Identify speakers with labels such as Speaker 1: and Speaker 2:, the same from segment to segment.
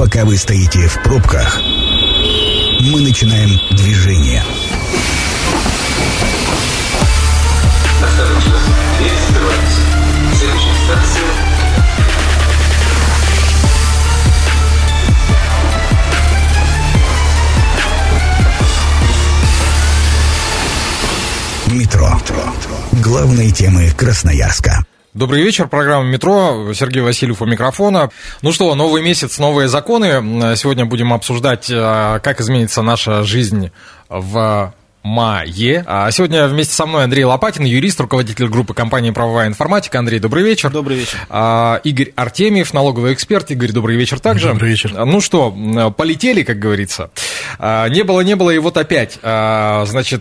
Speaker 1: Пока вы стоите в пробках, мы начинаем движение.
Speaker 2: Осторожно, дверь закрывается. Следующая станция.
Speaker 1: Метро. Главные темы Красноярска.
Speaker 3: Добрый вечер, программа «Метро», Сергей Васильев у микрофона. Ну что, новый месяц, новые законы. Сегодня будем обсуждать, как изменится наша жизнь в мае. А сегодня вместе со мной Андрей Лопатин, юрист, руководитель группы компании «Правовая информатика». Андрей, добрый вечер.
Speaker 4: Добрый вечер.
Speaker 3: Игорь Артемьев, налоговый эксперт. Игорь, добрый вечер также.
Speaker 4: Добрый вечер.
Speaker 3: Ну что, полетели, как говорится. Не было, и вот опять. Значит,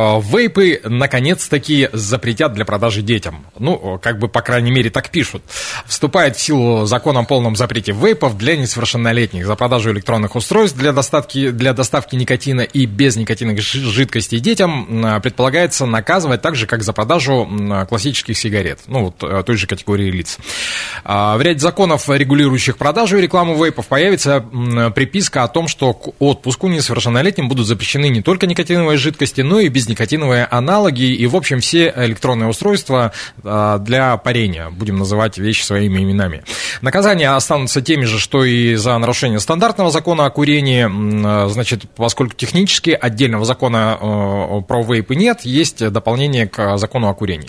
Speaker 3: вейпы наконец-таки запретят для продажи детям. Ну, как бы, по крайней мере, так пишут. Вступает в силу закон о полном запрете вейпов для несовершеннолетних. За продажу электронных устройств для доставки никотина и безникотиновых жидкостей детям предполагается наказывать так же, как за продажу классических сигарет. Ну, вот той же категории лиц. В ряде законов, регулирующих продажу и рекламу вейпов, появится приписка о том, что к отпуску несовершеннолетним будут запрещены не только никотиновые жидкости, но и безникотиновые аналоги и, в общем, все электронные устройства для парения. Будем называть вещи своими именами. Наказания останутся теми же, что и за нарушение стандартного закона о курении. Значит, поскольку технически отдельного закона про вейпы нет, есть дополнение к закону о курении.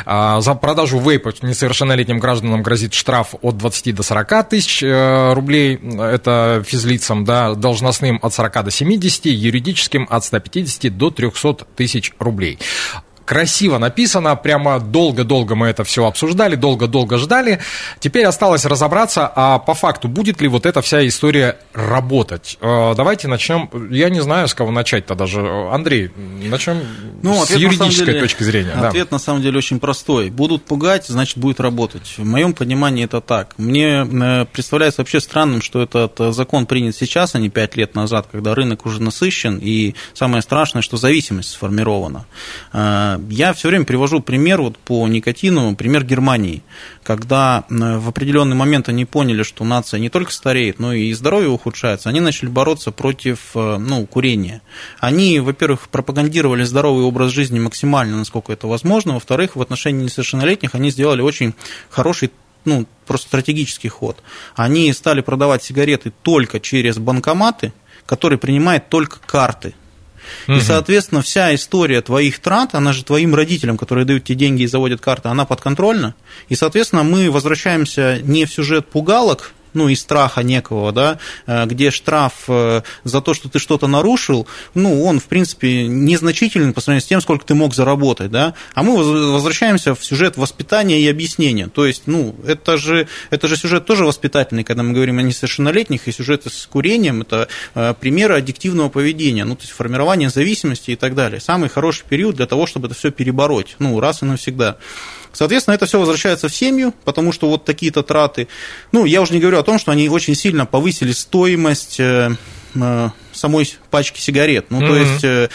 Speaker 3: За продажу вейпов несовершеннолетним гражданам грозит штраф от 20 до 40 тысяч рублей, это физлицам, да, должностным от 40 до 70, юридическим от 150 до 300 тысяч рублей. Красиво написано, прямо долго-долго мы это все обсуждали, долго-долго ждали. Теперь осталось разобраться, а по факту будет ли вот эта вся история работать. Давайте начнем, я не знаю, с кого начать-то даже. Андрей, начнем с юридической точки зрения.
Speaker 4: Ответ на самом деле очень простой. Будут пугать, значит, будет работать. В моем понимании это так. Мне представляется вообще странным, что этот закон принят сейчас, а не 5 лет назад, когда рынок уже насыщен, и самое страшное, что зависимость сформирована. Я все время привожу пример вот по никотину, пример Германии, когда в определенный момент они поняли, что нация не только стареет, но и здоровье ухудшается, они начали бороться против курения. Они, во-первых, пропагандировали здоровый образ жизни максимально, насколько это возможно, во-вторых, в отношении несовершеннолетних они сделали очень хороший, просто стратегический ход. Они стали продавать сигареты только через банкоматы, которые принимают только карты. И, соответственно, вся история твоих трат, она же твоим родителям, которые дают тебе деньги и заводят карты, она подконтрольна. И, соответственно, мы возвращаемся не в сюжет пугалок, и страха некого, да, где штраф за то, что ты что-то нарушил, он, в принципе, незначительный по сравнению с тем, сколько ты мог заработать, да, а мы возвращаемся в сюжет воспитания и объяснения, то есть, это же сюжет тоже воспитательный, когда мы говорим о несовершеннолетних, и сюжеты с курением, это примеры аддиктивного поведения, то есть формирование зависимости и так далее, самый хороший период для того, чтобы это все перебороть, раз и навсегда. Соответственно, это все возвращается в семью, потому что вот такие-то траты, я уже не говорю о том, что они очень сильно повысили стоимость самой пачки сигарет. То есть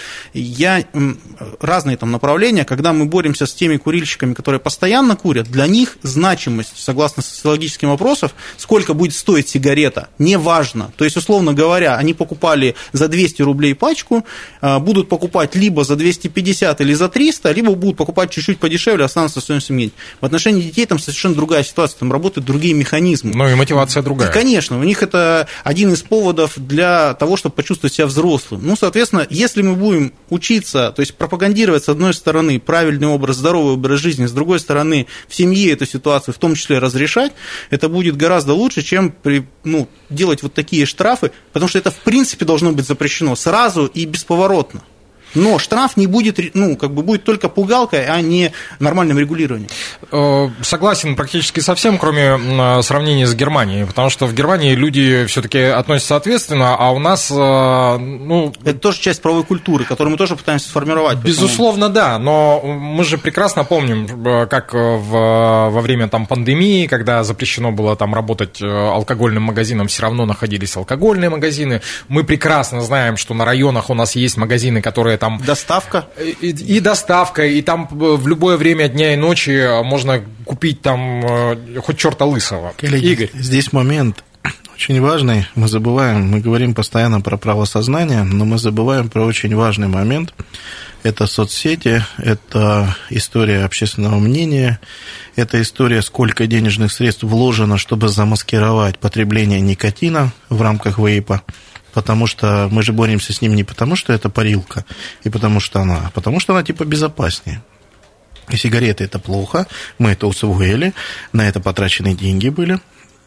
Speaker 4: разные там направления, когда мы боремся с теми курильщиками, которые постоянно курят, для них значимость, согласно социологическим опросам, сколько будет стоить сигарета, не важно. То есть, условно говоря, они покупали за 200 рублей пачку, будут покупать либо за 250 или за 300, либо будут покупать чуть-чуть подешевле, останутся в своем семье. В отношении детей там совершенно другая ситуация, там работают другие механизмы.
Speaker 3: И мотивация другая.
Speaker 4: Конечно, у них это один из поводов для того, чтобы почувствовать себя взрослым. Соответственно, если мы будем учиться, то есть пропагандировать, с одной стороны, правильный образ, здоровый образ жизни, с другой стороны, в семье эту ситуацию в том числе разрешать, это будет гораздо лучше, чем делать вот такие штрафы, потому что это, в принципе, должно быть запрещено сразу и бесповоротно. Но штраф не будет, будет только пугалкой, а не нормальным регулированием.
Speaker 3: Согласен практически со всем, кроме сравнения с Германией, потому что в Германии люди все-таки относятся ответственно, а у нас...
Speaker 4: Это тоже часть правовой культуры, которую мы тоже пытаемся сформировать.
Speaker 3: Безусловно, да, но мы же прекрасно помним, как во время пандемии, когда запрещено было работать алкогольным магазинам, все равно находились алкогольные магазины. Мы прекрасно знаем, что на районах у нас есть магазины, которые
Speaker 4: доставка.
Speaker 3: И доставка, и там в любое время дня и ночи можно купить хоть черта лысого.
Speaker 5: Коллеги, Игорь, здесь момент. очень важный. Мы забываем, мы говорим постоянно про правосознание, но мы забываем про очень важный момент. Это соцсети, это история общественного мнения, это история, сколько денежных средств вложено, чтобы замаскировать потребление никотина в рамках вейпа. Потому что мы же боремся с ним не потому, что это парилка, и потому что она типа безопаснее. И сигареты – это плохо, мы это усвоили, на это потрачены деньги были.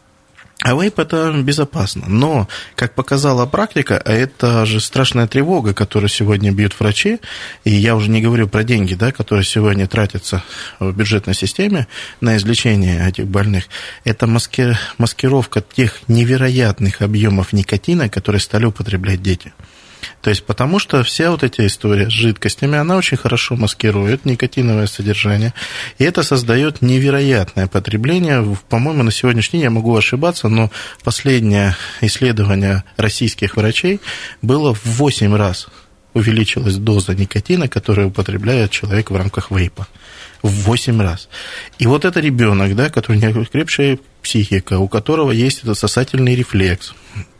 Speaker 5: А вейп – это безопасно. Но, как показала практика, а это же страшная тревога, которую сегодня бьют врачи, и я уже не говорю про деньги, да, которые сегодня тратятся в бюджетной системе на излечение этих больных, это маскировка тех невероятных объемов никотина, которые стали употреблять дети. То есть, потому что вся вот эта история с жидкостями, она очень хорошо маскирует никотиновое содержание, и это создает невероятное потребление. По-моему, на сегодняшний день, я могу ошибаться, но последнее исследование российских врачей было в 8 раз увеличилась доза никотина, которую употребляет человек в рамках вейпа. В 8 раз. И вот это ребенок, да, который не крепшая психика, у которого есть этот сосательный рефлекс,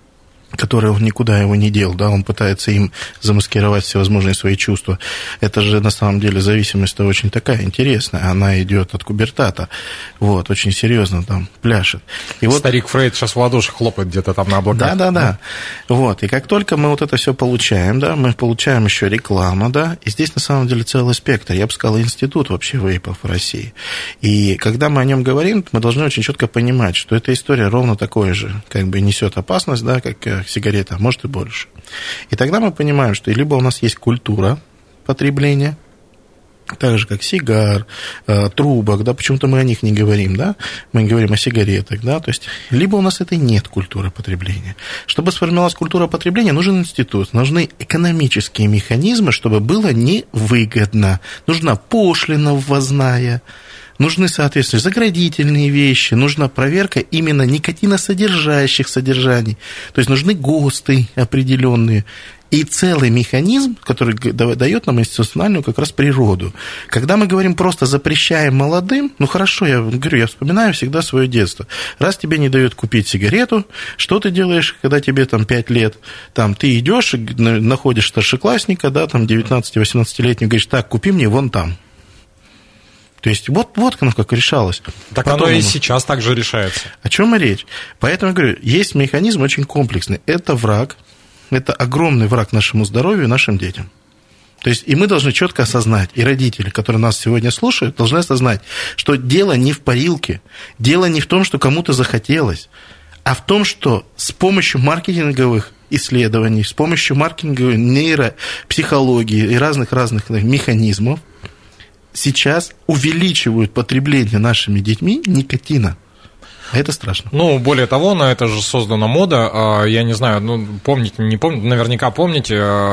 Speaker 5: который он никуда его не дел, да, он пытается им замаскировать всевозможные свои чувства. Это же на самом деле зависимость-то очень такая интересная, она идет от кубертата, вот, очень серьезно там пляшет. И вот...
Speaker 3: Старик Фрейд сейчас в ладоши хлопает где-то там на облаках.
Speaker 5: Да. Вот, и как только мы вот это все получаем, да, мы получаем еще рекламу, да, и здесь на самом деле целый спектр, я бы сказал, институт вообще вейпов в России. И когда мы о нем говорим, мы должны очень четко понимать, что эта история ровно такое же, как бы несет опасность, да, как сигарета, а может и больше. И тогда мы понимаем, что либо у нас есть культура потребления, так же, как сигар, трубок, да, почему-то мы о них не говорим, да, мы говорим о сигаретах, да, то есть, либо у нас этой нет культуры потребления. Чтобы сформировалась культура потребления, нужен институт, нужны экономические механизмы, чтобы было невыгодно, нужна пошлина ввозная, нужны, соответственно, заградительные вещи, нужна проверка именно никотиносодержащих содержаний, то есть нужны ГОСТы определенные и целый механизм, который дает нам институциональную как раз природу. Когда мы говорим просто запрещаем молодым, ну хорошо, я говорю, я вспоминаю всегда свое детство. Раз тебе не дают купить сигарету, что ты делаешь, когда тебе там 5 лет, там ты идешь, находишь старшеклассника, да, там 19-18-летнего, говоришь, так, купи мне вон там. То есть вот оно как решалось.
Speaker 3: Так потом оно и сейчас так же решается.
Speaker 5: О чем и речь? Поэтому я говорю, есть механизм очень комплексный. Это враг, это огромный враг нашему здоровью и нашим детям. То есть и мы должны четко осознать, и родители, которые нас сегодня слушают, должны осознать, что дело не в парилке, дело не в том, что кому-то захотелось, а в том, что с помощью маркетинговых исследований, с помощью маркетинговой нейропсихологии и разных механизмов сейчас увеличивают потребление нашими детьми никотина. А это страшно.
Speaker 3: Ну, более того, на это же создана мода. Я не знаю, помните, не помните, наверняка помните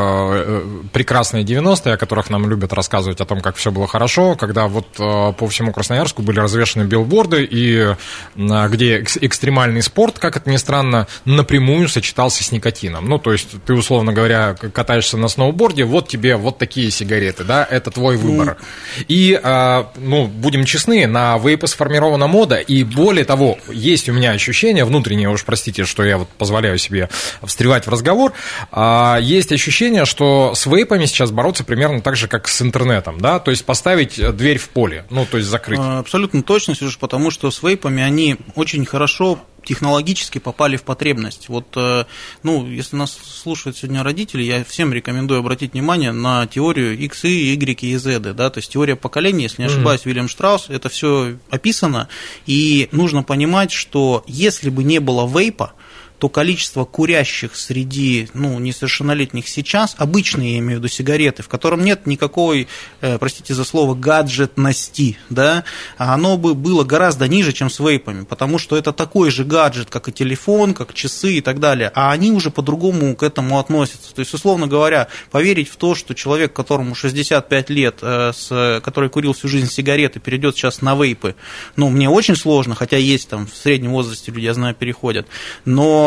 Speaker 3: прекрасные 90-е, о которых нам любят рассказывать, о том, как все было хорошо, когда вот по всему Красноярску были развешаны билборды, и где экстремальный спорт, как это ни странно, напрямую сочетался с никотином. Ну, то есть ты, условно говоря, катаешься на сноуборде, вот тебе вот такие сигареты, да, это твой выбор. И, будем честны, на вейпы сформирована мода, и более того, есть у меня ощущение внутреннее, уж простите, что я вот позволяю себе встревать в разговор, есть ощущение, что с вейпами сейчас бороться примерно так же, как с интернетом, да, то есть поставить дверь в поле, то есть закрыть.
Speaker 4: Абсолютно точно, Сереж, потому что с вейпами они очень хорошо технологически попали в потребность. Вот, если нас слушают сегодня родители, я всем рекомендую обратить внимание на теорию X, Y и Z, да, то есть теория поколений, если не ошибаюсь, Вильям Штраус, это все описано, и нужно понимать, что если бы не было вейпа, то количество курящих среди несовершеннолетних сейчас, обычные, я имею в виду сигареты, в котором нет никакой, простите за слово, гаджетности, да, оно бы было гораздо ниже, чем с вейпами, потому что это такой же гаджет, как и телефон, как часы и так далее, а они уже по-другому к этому относятся. То есть, условно говоря, поверить в то, что человек, которому 65 лет, который курил всю жизнь сигареты, перейдет сейчас на вейпы, мне очень сложно, хотя есть там в среднем возрасте люди, я знаю, переходят, но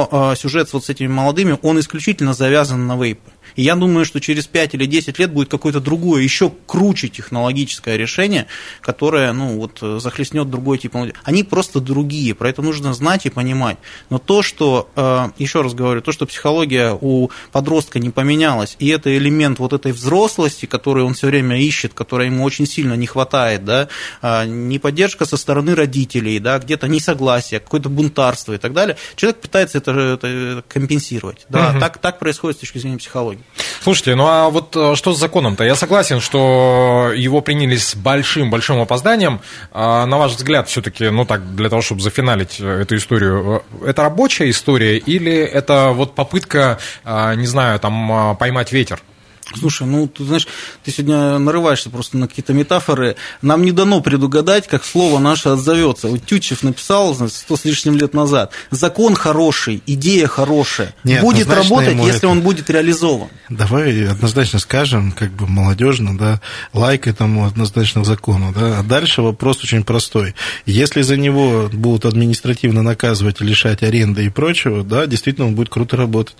Speaker 4: но сюжет вот с этими молодыми, он исключительно завязан на вейпы. И я думаю, что через 5 или 10 лет будет какое-то другое, еще круче технологическое решение, которое, захлестнет другой тип молодежи. Они просто другие, про это нужно знать и понимать. Но то, что, еще раз говорю, то, что психология у подростка не поменялась, и это элемент вот этой взрослости, которую он все время ищет, которой ему очень сильно не хватает, да, не поддержка со стороны родителей, да, где-то несогласие, какое-то бунтарство и так далее, человек пытается это компенсировать. Да, так происходит с точки зрения психологии.
Speaker 3: Слушайте, ну а вот что с законом-то? Я согласен, что его приняли с большим-большим опозданием. На ваш взгляд, все-таки, для того, чтобы зафиналить эту историю, это рабочая история или это вот попытка, не знаю, там, поймать ветер?
Speaker 4: Слушай, ты знаешь, ты сегодня нарываешься просто на какие-то метафоры. Нам не дано предугадать, как слово наше отзовется. Вот Тютчев написал 100 с лишним лет назад: закон хороший, идея хорошая, будет работать, если он будет реализован.
Speaker 5: Давай однозначно скажем, молодежно, да, лайк этому однозначно закону, да. А дальше вопрос очень простой. Если за него будут административно наказывать, лишать аренды и прочего, да, действительно он будет круто работать.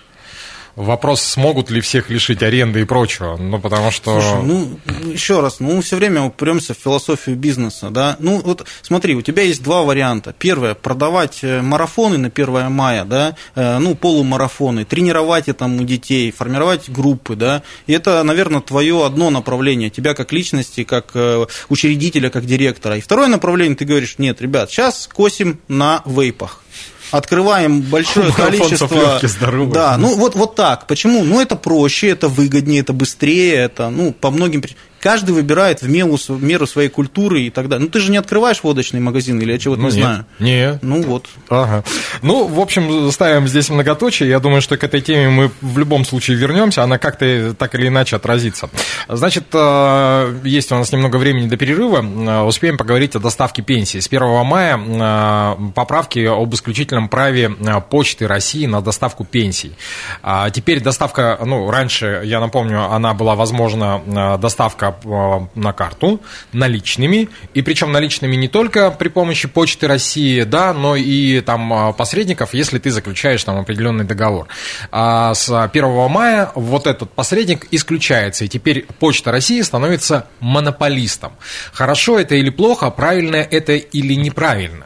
Speaker 3: Вопрос, смогут ли всех лишить аренды и прочего, потому что...
Speaker 4: Слушай, еще раз, мы все время упремся в философию бизнеса, да, смотри, у тебя есть два варианта. Первое, продавать марафоны на 1 мая, да, полумарафоны, тренировать у детей, формировать группы, да, и это, наверное, твое одно направление, тебя как личности, как учредителя, как директора. И второе направление, ты говоришь: нет, ребят, сейчас косим на вейпах. Открываем большое количество... Да, вот так. Почему? Это проще, это выгоднее, это быстрее, это, по многим причинам. Каждый выбирает в меру своей культуры и так далее. Ты же не открываешь водочный магазин, или я чего-то не знаю?
Speaker 3: Нет. Ага. В общем, ставим здесь многоточие. Я думаю, что к этой теме мы в любом случае вернемся. Она как-то так или иначе отразится. Значит, есть у нас немного времени до перерыва. Успеем поговорить о доставке пенсии. С 1 мая поправки об исключительном праве Почты России на доставку пенсий. Теперь доставка, раньше, я напомню, она была возможна, доставка на карту наличными, и причем наличными не только при помощи Почты России, да, но и там посредников, если ты заключаешь там определенный договор. А с 1 мая вот этот посредник исключается, и теперь Почта России становится монополистом. Хорошо это или плохо, правильно это или неправильно?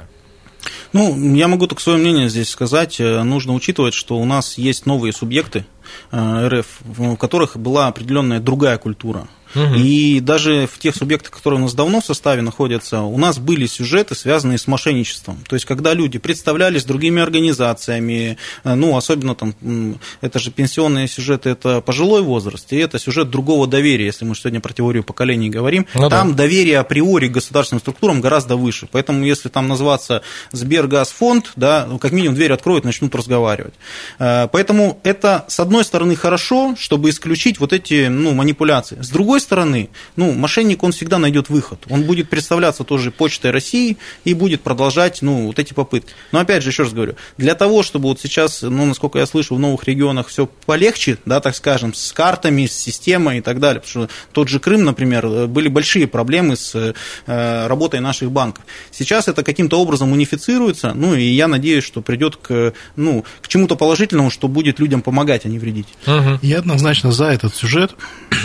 Speaker 4: Я могу только свое мнение здесь сказать. Нужно учитывать, что у нас есть новые субъекты РФ, в которых была определенная другая культура. И даже в тех субъектах, которые у нас давно в составе находятся, у нас были сюжеты, связанные с мошенничеством. То есть, когда люди представлялись другими организациями, особенно там, это же пенсионные сюжеты, это пожилой возраст, и это сюжет другого доверия, если мы сегодня про теорию поколений говорим, там доверие априори к государственным структурам гораздо выше. Поэтому, если там назваться Сбергазфонд, да, как минимум дверь откроют, начнут разговаривать. Поэтому это, с одной стороны, хорошо, чтобы исключить вот эти манипуляции. С другой стороны, мошенник, он всегда найдет выход. Он будет представляться тоже Почтой России и будет продолжать, вот эти попытки. Но опять же, еще раз говорю, для того, чтобы вот сейчас, насколько я слышу, в новых регионах все полегче, да, так скажем, с картами, с системой и так далее, потому что тот же Крым, например, были большие проблемы с работой наших банков. Сейчас это каким-то образом унифицируется, и я надеюсь, что придет к чему-то положительному, что будет людям помогать, а не вредить.
Speaker 5: Я однозначно за этот сюжет.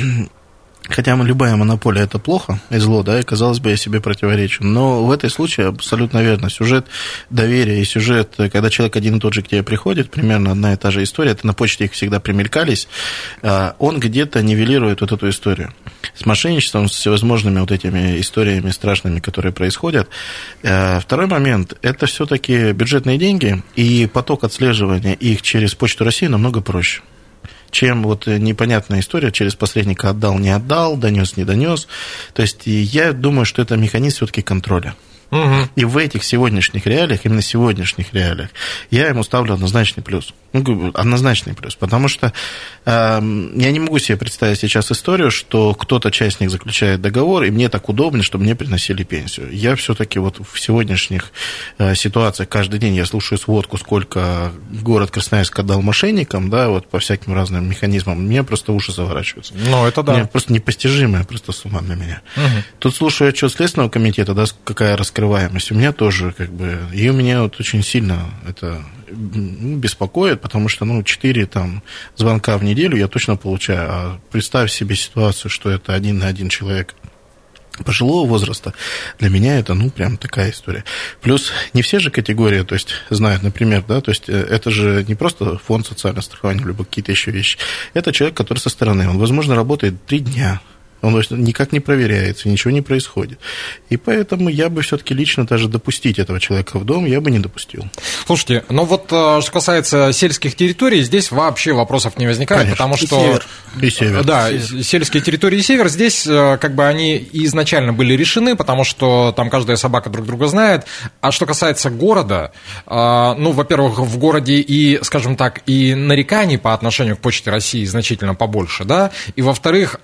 Speaker 5: Хотя любая монополия – это плохо и зло, да, и, казалось бы, я себе противоречу. Но в этой случае абсолютно верно. Сюжет доверия и сюжет, когда человек один и тот же к тебе приходит, примерно одна и та же история, это на почте их всегда примелькались, он где-то нивелирует вот эту историю. С мошенничеством, с всевозможными вот этими историями страшными, которые происходят. Второй момент – это все-таки бюджетные деньги, и поток отслеживания их через Почту России намного проще, чем вот непонятная история, через посредника отдал, не отдал, донес, не донес. То есть я думаю, что это механизм все-таки контроля. И в этих сегодняшних реалиях, именно сегодняшних реалиях, я ему ставлю однозначный плюс. Однозначный плюс, потому что я не могу себе представить сейчас историю, что кто-то, частник, заключает договор, и мне так удобно, чтобы мне приносили пенсию. Я все-таки вот в сегодняшних ситуациях каждый день я слушаю сводку, сколько город Красноярск отдал мошенникам, да, вот по всяким разным механизмам, мне просто уши заворачиваются.
Speaker 3: Это да.
Speaker 5: Мне просто непостижимая просто сумма для меня. Тут слушаю отчет Следственного комитета, да, какая раскрытая раскрываемость у меня тоже, как бы, и у меня вот очень сильно это беспокоит, потому что, 4 там звонка в неделю я точно получаю, а представь себе ситуацию, что это 1 на 1 человек пожилого возраста, для меня это, прям такая история. Плюс не все же категории, то есть, знают, например, да, то есть, это же не просто фонд социального страхования, либо какие-то еще вещи. Это человек, который со стороны, он, возможно, работает 3 дня, он никак не проверяется, ничего не происходит. И поэтому я бы все-таки лично даже допустить этого человека в дом я бы не допустил.
Speaker 3: Слушайте, что касается сельских территорий, здесь вообще вопросов не возникает, конечно, потому что...
Speaker 5: И север.
Speaker 3: Да, сельские территории и север, здесь как бы они изначально были решены, потому что там каждая собака друг друга знает. А что касается города, во-первых, в городе и, скажем так, и нареканий по отношению к Почте России значительно побольше, да, и, во-вторых,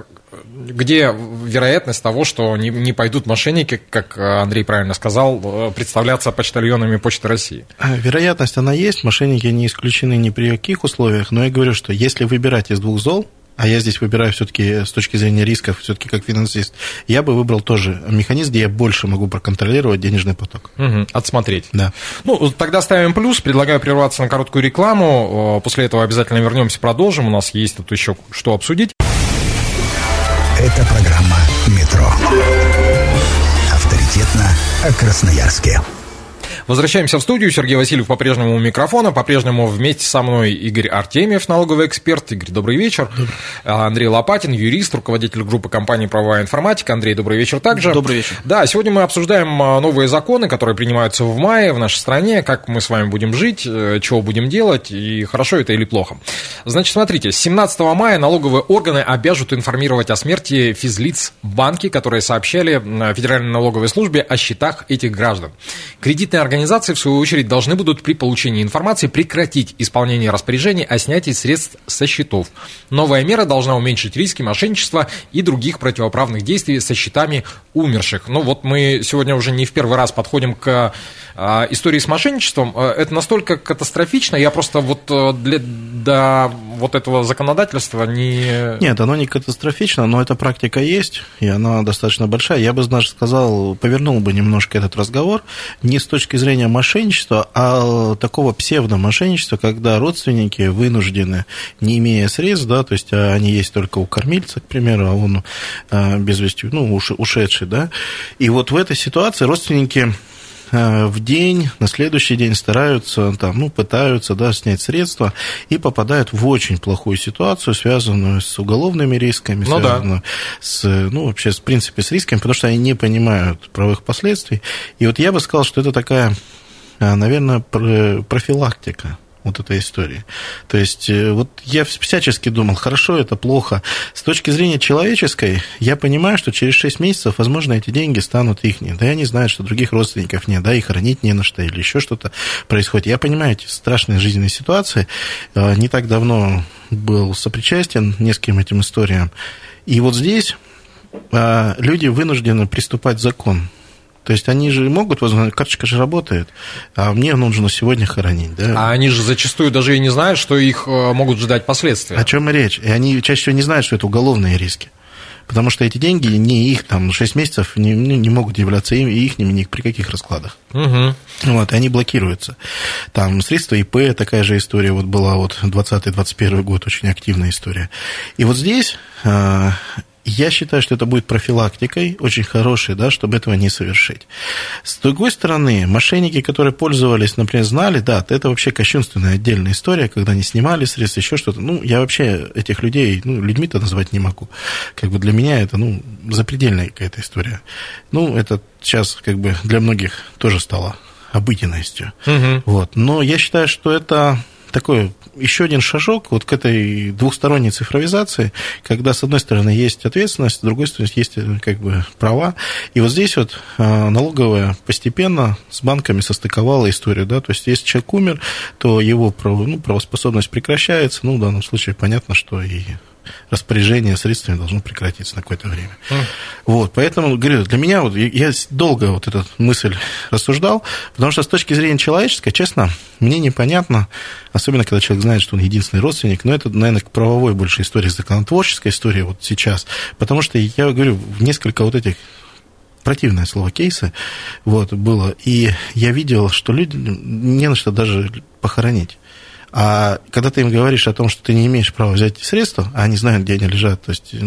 Speaker 3: где вероятность того, что не пойдут мошенники, как Андрей правильно сказал, представляться почтальонами Почты России?
Speaker 5: Вероятность она есть, мошенники не исключены ни при каких условиях, но я говорю, что если выбирать из 2 зол, а я здесь выбираю все-таки с точки зрения рисков, все-таки как финансист, я бы выбрал тоже механизм, где я больше могу проконтролировать денежный поток.
Speaker 3: Отсмотреть.
Speaker 5: Да.
Speaker 3: Тогда ставим плюс, предлагаю прерваться на короткую рекламу, после этого обязательно вернемся, продолжим, у нас есть тут еще что обсудить.
Speaker 1: Это программа «Метро». Авторитетно о Красноярске.
Speaker 3: Возвращаемся в студию. Сергей Васильев по-прежнему у микрофона. По-прежнему вместе со мной Игорь Артемьев, налоговый эксперт. Игорь, добрый вечер. Андрей Лопатин, юрист, руководитель группы компании «Правовая информатика». Андрей, добрый вечер также.
Speaker 4: Добрый вечер.
Speaker 3: Да, сегодня мы обсуждаем новые законы, которые принимаются в мае в нашей стране, как мы с вами будем жить, чего будем делать, и хорошо это или плохо. Значит, смотрите, с 17 мая налоговые органы обяжут информировать о смерти физлиц банки, которые сообщали Федеральной налоговой службе о счетах этих граждан. Кредитные организации, в свою очередь, должны будут при получении информации прекратить исполнение распоряжений о снятии средств со счетов. Новая мера должна уменьшить риски мошенничества и других противоправных действий со счетами умерших. Мы сегодня уже не в первый раз подходим к истории с мошенничеством. Это настолько катастрофично, я просто до этого законодательства не...
Speaker 5: Нет, оно не катастрофично, но эта практика есть, и она достаточно большая. Я бы даже сказал, повернул бы немножко этот разговор не с точки зрения мошенничества, а такого псевдомошенничества, когда родственники вынуждены, не имея средств, да, то есть они есть только у кормильца, к примеру, а он без вести, ушедший, да, и вот в этой ситуации родственники в день, на следующий день стараются, пытаются, снять средства и попадают в очень плохую ситуацию, связанную с уголовными рисками, связанную вообще, в принципе, с рисками, потому что они не понимают правовых последствий. И вот я бы сказал, что это такая, наверное, профилактика вот этой истории. То есть, я всячески думал, хорошо, это плохо. С точки зрения человеческой, я понимаю, что через 6 месяцев, возможно, эти деньги станут ихние. Да и они знают, что других родственников нет, да, и хранить не на что, или еще что-то происходит. Я понимаю эти страшные жизненные ситуации. Не так давно был сопричастен нескольким этим историям. И вот здесь люди вынуждены приступать к закону. То есть они же могут, карточка же работает, а мне нужно сегодня хоронить. Да?
Speaker 3: А они же зачастую даже и не знают, что их могут ждать последствия.
Speaker 5: О чем и речь? И они чаще всего не знают, что это уголовные риски. Потому что эти деньги не их, 6 месяцев не могут являться ихними ни при каких раскладах.
Speaker 3: Угу.
Speaker 5: И они блокируются. Средства ИП, такая же история была 2020-2021 год, очень активная история. И вот здесь... Я считаю, что это будет профилактикой очень хорошей, да, чтобы этого не совершить. С другой стороны, мошенники, которые пользовались, например, знали, да, это вообще кощунственная отдельная история, когда они снимали средства, еще что-то. Я вообще этих людей, людьми-то назвать не могу. Для меня это, запредельная какая-то история. Это сейчас, для многих тоже стало обыденностью. Угу. Но я считаю, что это такой еще один шажок к этой двухсторонней цифровизации, когда, с одной стороны, есть ответственность, с другой стороны, есть права. И вот здесь налоговая постепенно с банками состыковала историю. Да? То есть, если человек умер, то его правоспособность прекращается. В данном случае понятно, что и распоряжение средствами должно прекратиться на какое-то время. Поэтому, говорю, для меня, я долго эту мысль рассуждал, потому что с точки зрения человеческой, честно, мне непонятно, особенно когда человек знает, что он единственный родственник, но это, наверное, к правовой больше истории, законотворческой истории сейчас, потому что, я говорю, в несколько этих противное слово кейсы, вот, было. И я видел, что люди не на что даже похоронить. А когда ты им говоришь о том, что ты не имеешь права взять эти средства, а они знают, где они лежат, то есть,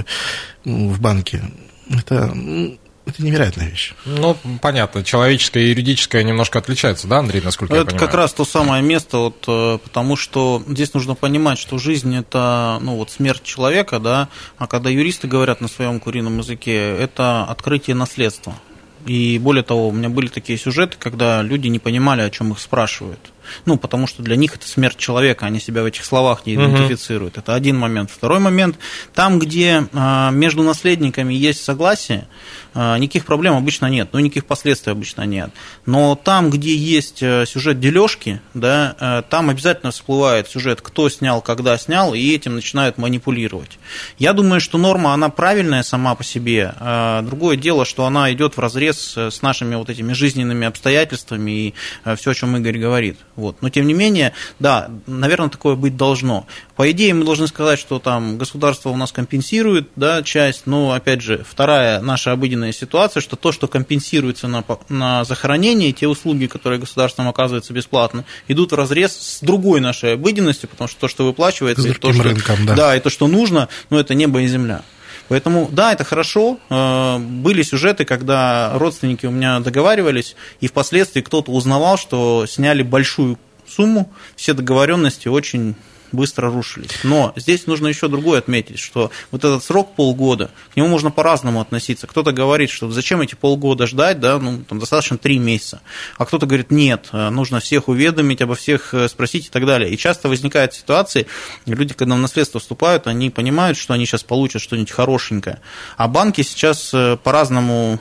Speaker 5: в банке, это невероятная вещь.
Speaker 3: Ну, понятно, человеческое и юридическое немножко отличаются, да, Андрей, насколько я понимаю?
Speaker 4: Это как раз то самое место, потому что здесь нужно понимать, что жизнь – это смерть человека, да, а когда юристы говорят на своем курином языке, это открытие наследства. И более того, у меня были такие сюжеты, когда люди не понимали, о чем их спрашивают. Потому что для них это смерть человека, они себя в этих словах не идентифицируют. Это один момент. Второй момент, там, где между наследниками есть согласие, никаких проблем обычно нет, никаких последствий обычно нет. Но там, где есть сюжет дележки, да, там обязательно всплывает сюжет, кто снял, когда снял, и этим начинают манипулировать. Я думаю, что норма, она правильная сама по себе. Другое дело, что она идет вразрез с нашими вот этими жизненными обстоятельствами и все, о чем Игорь говорит. Но, тем не менее, да, наверное, такое быть должно. По идее, мы должны сказать, что там государство у нас компенсирует, да, часть, но, опять же, вторая наша обыденная ситуация, что то, что компенсируется на захоронение, те услуги, которые государством оказываются бесплатно, идут вразрез с другой нашей обыденностью, потому что то, что выплачивается, и то, что, рынком, да, и то, что нужно, это небо и земля. Поэтому, да, это хорошо. Были сюжеты, когда родственники у меня договаривались, и впоследствии кто-то узнавал, что сняли большую сумму, все договоренности очень быстро рушились. Но здесь нужно еще другое отметить, что вот этот срок полгода, к нему можно по-разному относиться. Кто-то говорит, что зачем эти полгода ждать, да, там достаточно 3 месяца. А кто-то говорит, нет, нужно всех уведомить, обо всех спросить и так далее. И часто возникают ситуации, люди, когда в наследство вступают, они понимают, что они сейчас получат что-нибудь хорошенькое. А банки сейчас по-разному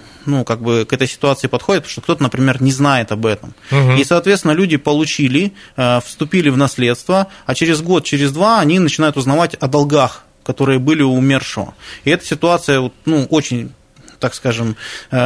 Speaker 4: к этой ситуации подходят, потому что кто-то, например, не знает об этом. И, соответственно, люди получили, вступили в наследство, а через год, через 2 они начинают узнавать о долгах, которые были у умершего. И эта ситуация очень, так скажем,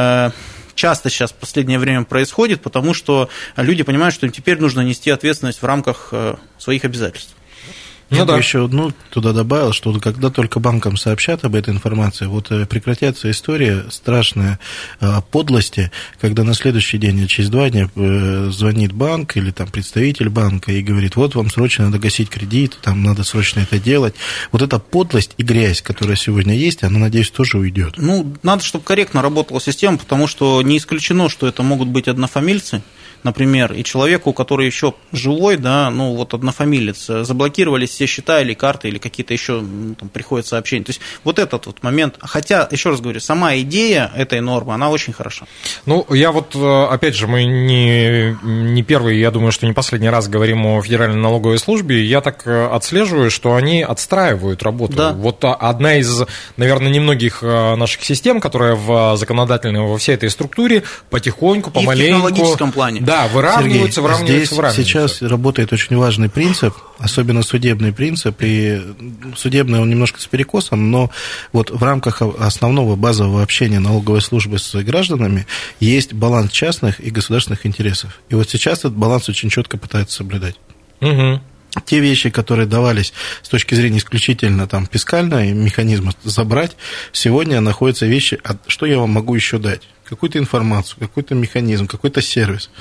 Speaker 4: часто сейчас в последнее время происходит, потому что люди понимают, что им теперь нужно нести ответственность в рамках своих обязательств.
Speaker 5: Я бы еще туда добавил, что когда только банкам сообщат об этой информации, прекратятся история страшная подлости, когда на следующий день или через 2 дня звонит банк или там представитель банка и говорит, вам срочно надо гасить кредит, там надо срочно это делать. Вот эта подлость и грязь, которая сегодня есть, она, надеюсь, тоже уйдет.
Speaker 4: Надо, чтобы корректно работала система, потому что не исключено, что это могут быть однофамильцы, например, и человеку, который еще живой, да, однофамилец, заблокировались все счета или карты, или какие-то еще приходят сообщения. То есть этот момент, хотя, еще раз говорю, сама идея этой нормы, она очень хороша.
Speaker 3: Я опять же, мы не первый, я думаю, что не последний раз говорим о Федеральной налоговой службе, я так отслеживаю, что они отстраивают работу. Да. Одна из, наверное, немногих наших систем, которая в законодательной, во всей этой структуре потихоньку, помаленьку...
Speaker 4: И в технологическом плане.
Speaker 3: Да, выравниваются.
Speaker 5: Здесь сейчас работает очень важный принцип, особенно судебный принцип, и судебный он немножко с перекосом, но в рамках основного базового общения налоговой службы с гражданами есть баланс частных и государственных интересов. И сейчас этот баланс очень четко пытаются соблюдать.
Speaker 3: Угу.
Speaker 5: Те вещи, которые давались с точки зрения исключительно фискального механизма забрать, сегодня находятся вещи, что я вам могу еще дать? Какую-то информацию, какой-то механизм, какой-то сервис.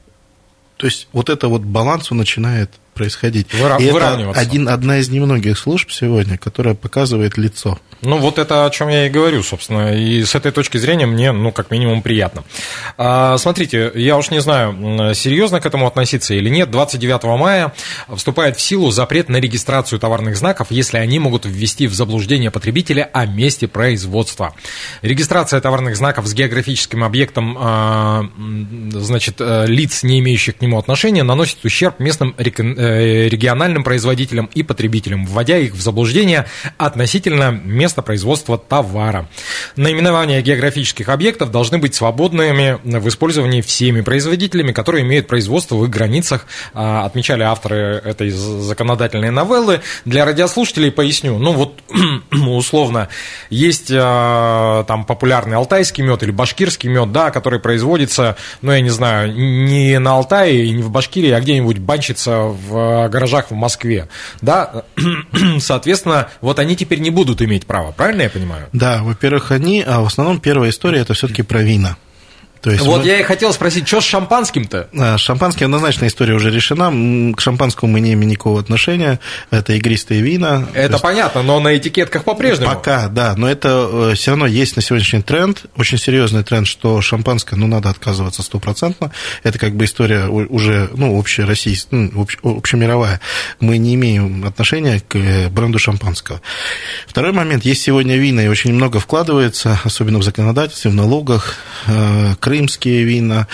Speaker 5: То есть баланс он начинает происходить. И это одна из немногих служб сегодня, которая показывает лицо.
Speaker 3: Это о чем я и говорю, собственно. И с этой точки зрения мне, как минимум, приятно. Смотрите, я уж не знаю, серьезно к этому относиться или нет. 29 мая вступает в силу запрет на регистрацию товарных знаков, если они могут ввести в заблуждение потребителя о месте производства. Регистрация товарных знаков с географическим объектом, лиц, не имеющих к нему отношения, наносит ущерб местным региональным производителям и потребителям, вводя их в заблуждение относительно места производства товара. Наименования географических объектов должны быть свободными в использовании всеми производителями, которые имеют производство в их границах, отмечали авторы этой законодательной новеллы. Для радиослушателей поясню. Условно, есть популярный алтайский мед или башкирский мед, да, который производится, я не знаю, не на Алтае и не в Башкирии, а где-нибудь банчится в в гаражах в Москве, да, соответственно, вот они теперь не будут иметь права, правильно я понимаю?
Speaker 5: Да, во-первых, в основном первая история – это все-таки про вина. То есть
Speaker 3: вот я и хотел спросить, что с шампанским-то?
Speaker 5: С шампанским однозначно история уже решена. К шампанскому мы не имеем никакого отношения. Это игристые вина.
Speaker 3: Это понятно, но на этикетках по-прежнему.
Speaker 5: Пока, да. Но это все равно есть на сегодняшний тренд, очень серьезный тренд, что шампанское, надо отказываться 100%. Это как бы история уже, общероссийская, общемировая. Мы не имеем отношения к бренду шампанского. Второй момент. Есть сегодня вина, и очень много вкладывается, особенно в законодательстве, в налогах, крымские вина,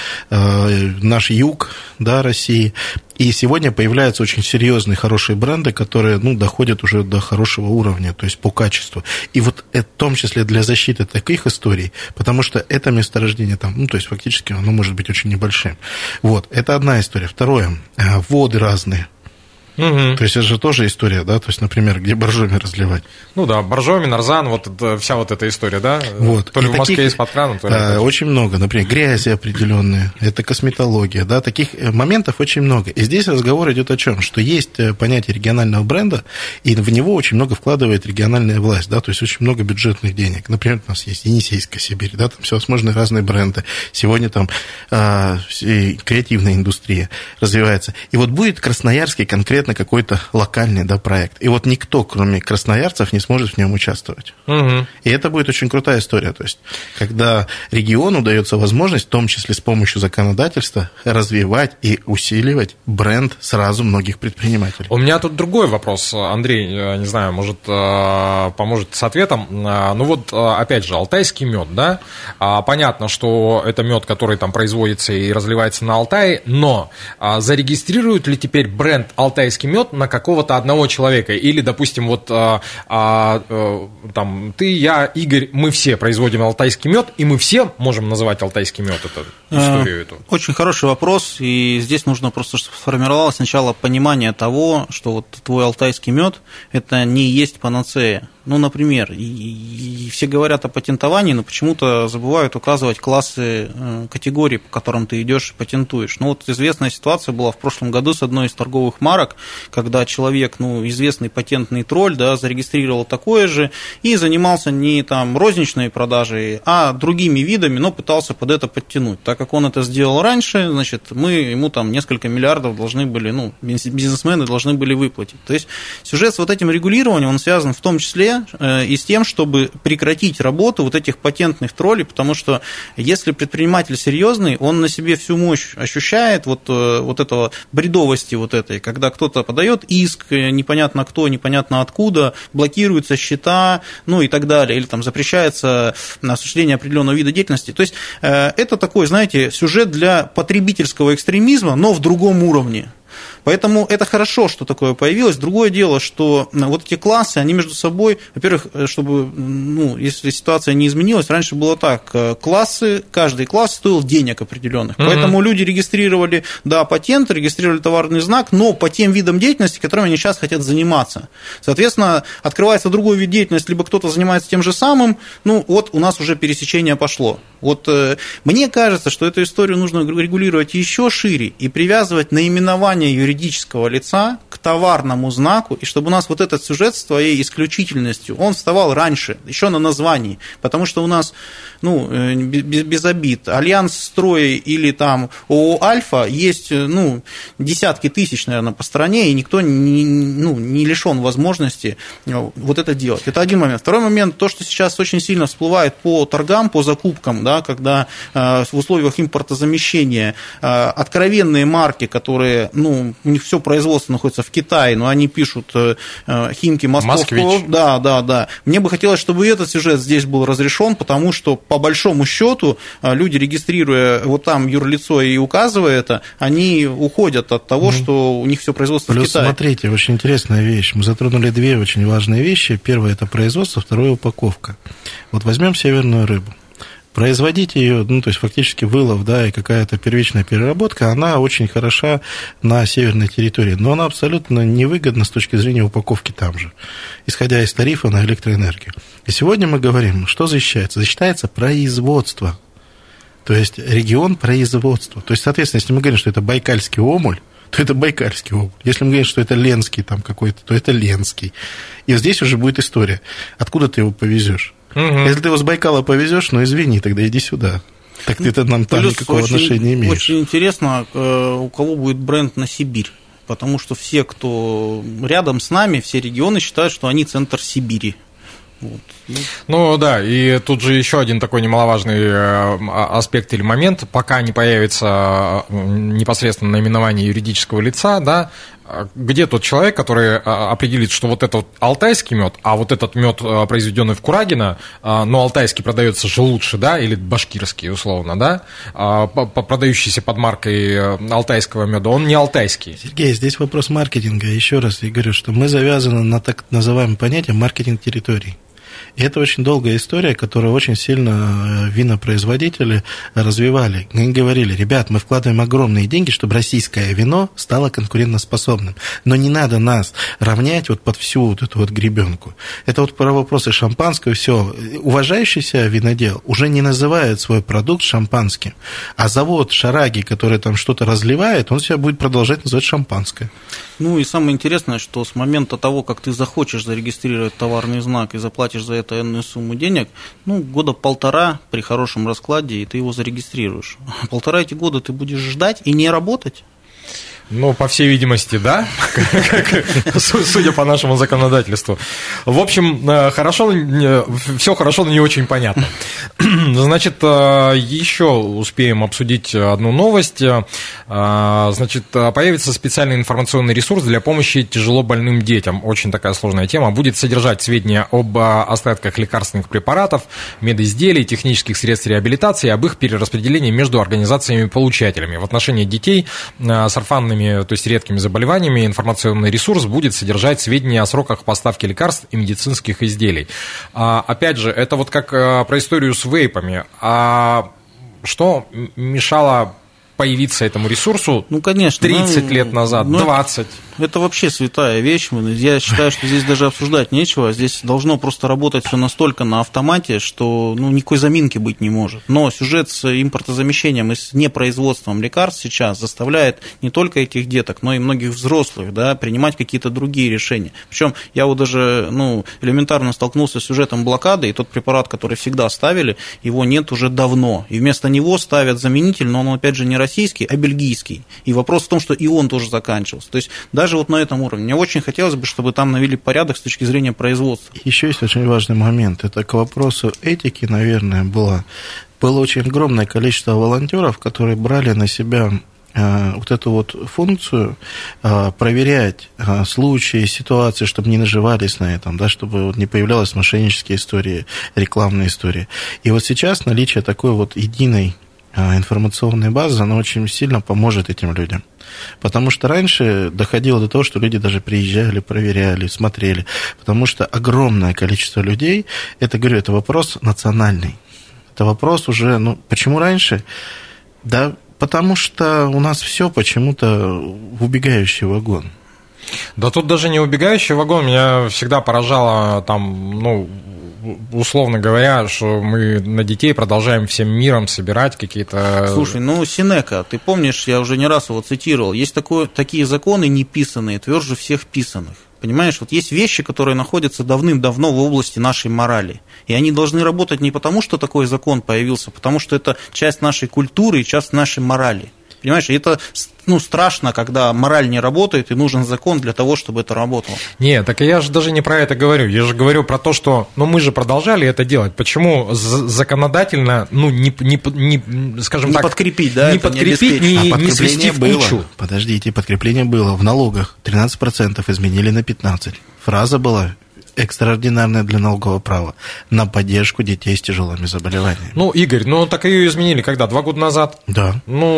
Speaker 5: наш юг, да, России. И сегодня появляются очень серьезные, хорошие бренды, которые, доходят уже до хорошего уровня, то есть по качеству. И вот в том числе для защиты таких историй, потому что это месторождение там, то есть фактически оно может быть очень небольшим. Вот, это одна история. Второе, воды разные. Угу. То есть это же тоже история, да, то есть, например, где боржоми разливать.
Speaker 3: Ну да, боржоми, нарзан, вот вся вот эта история, да,
Speaker 5: вот.
Speaker 3: То ли в Москве из-под крана, то ли...
Speaker 5: Очень много, например, грязи определенные, это косметология, да, таких моментов очень много. И здесь разговор идет о чем? Что есть понятие регионального бренда, и в него очень много вкладывает региональная власть, да, то есть очень много бюджетных денег. Например, у нас есть Енисейская Сибирь, да, там всевозможные разные бренды. Сегодня там креативная индустрия развивается. И вот будет красноярский конкретно какой-то локальный, да, проект. И вот никто, кроме красноярцев, не сможет в нем участвовать. Угу. И это будет очень крутая история. То есть, когда региону дается возможность, в том числе с помощью законодательства, развивать и усиливать бренд сразу многих предпринимателей.
Speaker 3: У меня тут другой вопрос, Андрей, не знаю, может, поможет с ответом. Опять же, алтайский мед, да? Понятно, что это мед, который там производится и разливается на Алтае, но зарегистрируют ли теперь бренд алтайский мед на какого-то одного человека? Или, допустим, там ты, я, Игорь, мы все производим алтайский мед, и мы все можем называть алтайский мед эту историю эту?
Speaker 4: Очень хороший вопрос, и здесь нужно просто, чтобы сформировалось сначала понимание того, что вот твой алтайский мед это не есть панацея. Например, и все говорят о патентовании, но почему-то забывают указывать классы категорий, по которым ты идешь и патентуешь. Известная ситуация была в прошлом году с одной из торговых марок, когда человек, известный патентный тролль, да, зарегистрировал такое же и занимался не там розничной продажей, а другими видами, но пытался под это подтянуть. Так как он это сделал раньше, значит, мы ему там несколько миллиардов должны были, бизнесмены должны были выплатить. То есть сюжет с вот этим регулированием, он связан в том числе и с тем, чтобы прекратить работу вот этих патентных троллей, потому что если предприниматель серьезный, он на себе всю мощь ощущает вот этого бредовости вот этой, когда кто-то подает иск, непонятно кто, непонятно откуда, блокируются счета, и так далее, или там запрещается осуществление определенного вида деятельности. То есть это такой, знаете, сюжет для потребительского экстремизма, но в другом уровне. Поэтому это хорошо, что такое появилось. Другое дело, что вот эти классы, они между собой, во-первых, чтобы, если ситуация не изменилась, раньше было так, каждый класс стоил денег определенных. Поэтому люди регистрировали, патент, регистрировали товарный знак, но по тем видам деятельности, которыми они сейчас хотят заниматься. Соответственно, открывается другой вид деятельности, либо кто-то занимается тем же самым, у нас уже пересечение пошло. Мне кажется, что эту историю нужно регулировать еще шире и привязывать наименование юридического лица к товарному знаку, и чтобы у нас вот этот сюжет с твоей исключительностью, он вставал раньше, еще на названии, потому что у нас, без обид, Альянс Строй или там ООО Альфа есть, десятки тысяч, наверное, по стране, и никто не лишен возможности вот это делать. Это один момент. Второй момент, то, что сейчас очень сильно всплывает по торгам, по закупкам, да, когда в условиях импортозамещения откровенные марки, которые, у них все производство находится в Китае, но они пишут Химки Московского. Да. Мне бы хотелось, чтобы этот сюжет здесь был разрешен, потому что, по большому счету, люди, регистрируя вот там юрлицо и указывая это, они уходят от того, что у них все производство в Китае.
Speaker 5: Смотрите, очень интересная вещь. Мы затронули две очень важные вещи. Первое – это производство, второе – упаковка. Вот возьмем северную рыбу. Производить ее, то есть фактически вылов, да, и какая-то первичная переработка, она очень хороша на северной территории, но она абсолютно невыгодна с точки зрения упаковки там же, исходя из тарифа на электроэнергию. И сегодня мы говорим, что защищается? Защищается производство, то есть регион производства. То есть, соответственно, если мы говорим, что это байкальский омуль, то это байкальский опыт. Если мы говорим, что это ленский там какой-то, то это ленский. И здесь уже будет история. Откуда ты его повезешь? Если ты его с Байкала повезешь, ну извини, тогда иди сюда. Так ты-то нам там никакого отношения не имеешь.
Speaker 4: Очень интересно, у кого будет бренд на Сибирь. Потому что все, кто рядом с нами, все регионы считают, что они центр Сибири. Вот.
Speaker 3: Ну да, и тут же еще один такой немаловажный аспект или момент, пока не появится непосредственно наименование юридического лица, да, где тот человек, который определит, что вот это вот алтайский мед, а вот этот мед, произведенный в Курагино, но алтайский продается же лучше, да, или башкирский, условно, да, продающийся под маркой алтайского меда, он не алтайский.
Speaker 5: Сергей, здесь вопрос маркетинга. Еще раз я говорю, что мы завязаны на так называемое понятие маркетинг территорий. И это очень долгая история, которую очень сильно винопроизводители развивали. Они говорили: ребят, мы вкладываем огромные деньги, чтобы российское вино стало конкурентоспособным. Но не надо нас равнять вот под всю вот эту вот гребенку. Это вот про вопросы шампанского, все. Уважающийся винодел уже не называет свой продукт шампанским. А завод Шараги, который там что-то разливает, он себя будет продолжать называть шампанское.
Speaker 4: Ну и самое интересное, что с момента того, как ты захочешь зарегистрировать товарный знак и заплатишь за это энную сумму денег, ну, года полтора при хорошем раскладе, и ты его зарегистрируешь. Полтора эти года ты будешь ждать и не работать.
Speaker 3: Ну, по всей видимости, да, судя по нашему законодательству. В общем, хорошо, все хорошо, но не очень понятно. Значит, еще успеем обсудить одну новость. Значит, появится специальный информационный ресурс для помощи тяжело больным детям. Очень такая сложная тема. Будет содержать сведения об остатках лекарственных препаратов, медизделий, технических средств реабилитации, об их перераспределении между организациями-получателями. В отношении детей с орфанными, то есть редкими заболеваниями, информационный ресурс будет содержать сведения о сроках поставки лекарств и медицинских изделий. Опять же, это вот как про историю с вейпами. А что мешало появиться этому ресурсу,
Speaker 4: ну, конечно,
Speaker 3: 30 лет назад, 20?
Speaker 4: Это вообще святая вещь. Я считаю, что здесь даже обсуждать нечего. Здесь должно просто работать все настолько на автомате, что никакой заминки быть не может. Но сюжет с импортозамещением и с непроизводством лекарств сейчас заставляет не только этих деток, но и многих взрослых, да, принимать какие-то другие решения. Причем я вот даже элементарно столкнулся с сюжетом блокады, и тот препарат, который всегда ставили, его нет уже давно. И вместо него ставят заменитель, но он, опять же, не российский, а бельгийский. И вопрос в том, что и он тоже заканчивался. То есть даже вот на этом уровне. Мне очень хотелось бы, чтобы там навели порядок с точки зрения производства.
Speaker 5: Еще есть очень важный момент. Это к вопросу этики, наверное, было очень огромное количество волонтеров, которые брали на себя вот эту вот функцию проверять случаи, ситуации, чтобы не наживались на этом, да, чтобы вот не появлялись мошеннические истории, рекламные истории. И вот сейчас наличие такой вот единой информационной базы, она очень сильно поможет этим людям. Потому что раньше доходило до того, что люди даже приезжали, проверяли, смотрели. Потому что огромное количество людей, это вопрос национальный. Это вопрос уже, почему раньше? Да, потому что у нас все почему-то в убегающий вагон.
Speaker 3: Да тут даже не убегающий вагон, меня всегда поражало условно говоря, что мы на детей продолжаем всем миром собирать какие-то...
Speaker 4: Слушай, Сенека, ты помнишь, я уже не раз его цитировал, есть такие законы неписанные, тверже всех писанных. Понимаешь, вот есть вещи, которые находятся давным-давно в области нашей морали. И они должны работать не потому, что такой закон появился, а потому что это часть нашей культуры и часть нашей морали. Понимаешь, это страшно, когда мораль не работает, и нужен закон для того, чтобы это работало.
Speaker 3: Нет, так я же даже не про это говорю. Я же говорю про то, что мы же продолжали это делать. Почему законодательно, скажем так...
Speaker 4: подкрепить, да?
Speaker 3: Не подкрепить, не свести в кучу.
Speaker 5: Подождите, подкрепление было. В налогах 13% изменили на 15%. Фраза была... экстраординарная для налогового права на поддержку детей с тяжелыми заболеваниями.
Speaker 3: Игорь, так ее изменили когда? 2 года назад?
Speaker 5: Да.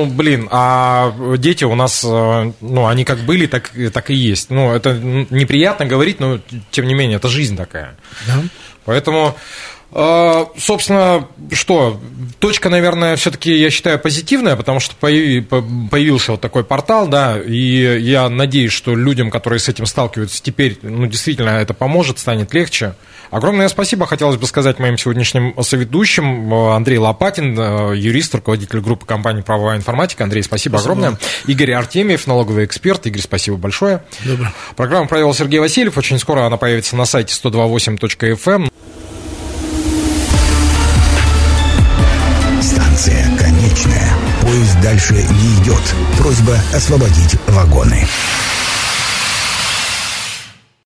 Speaker 3: А дети у нас, они как были, так и есть. Это неприятно говорить, но тем не менее, это жизнь такая.
Speaker 5: Да.
Speaker 3: Поэтому Собственно, что? Точка, наверное, все-таки, я считаю, позитивная, потому что появился вот такой портал, да, и я надеюсь, что людям, которые с этим сталкиваются теперь, действительно это поможет, станет легче. Огромное спасибо хотелось бы сказать моим сегодняшним соведущим. Андрей Лопатин, юрист, руководитель группы компании «Правовая информатика». Андрей, спасибо огромное. Игорь Артемьев, налоговый эксперт. Игорь, спасибо большое.
Speaker 5: Добро.
Speaker 3: Программу провел Сергей Васильев. Очень скоро она появится на сайте 128.fm.
Speaker 1: Станция конечная. Поезд дальше не идет. Просьба освободить вагоны.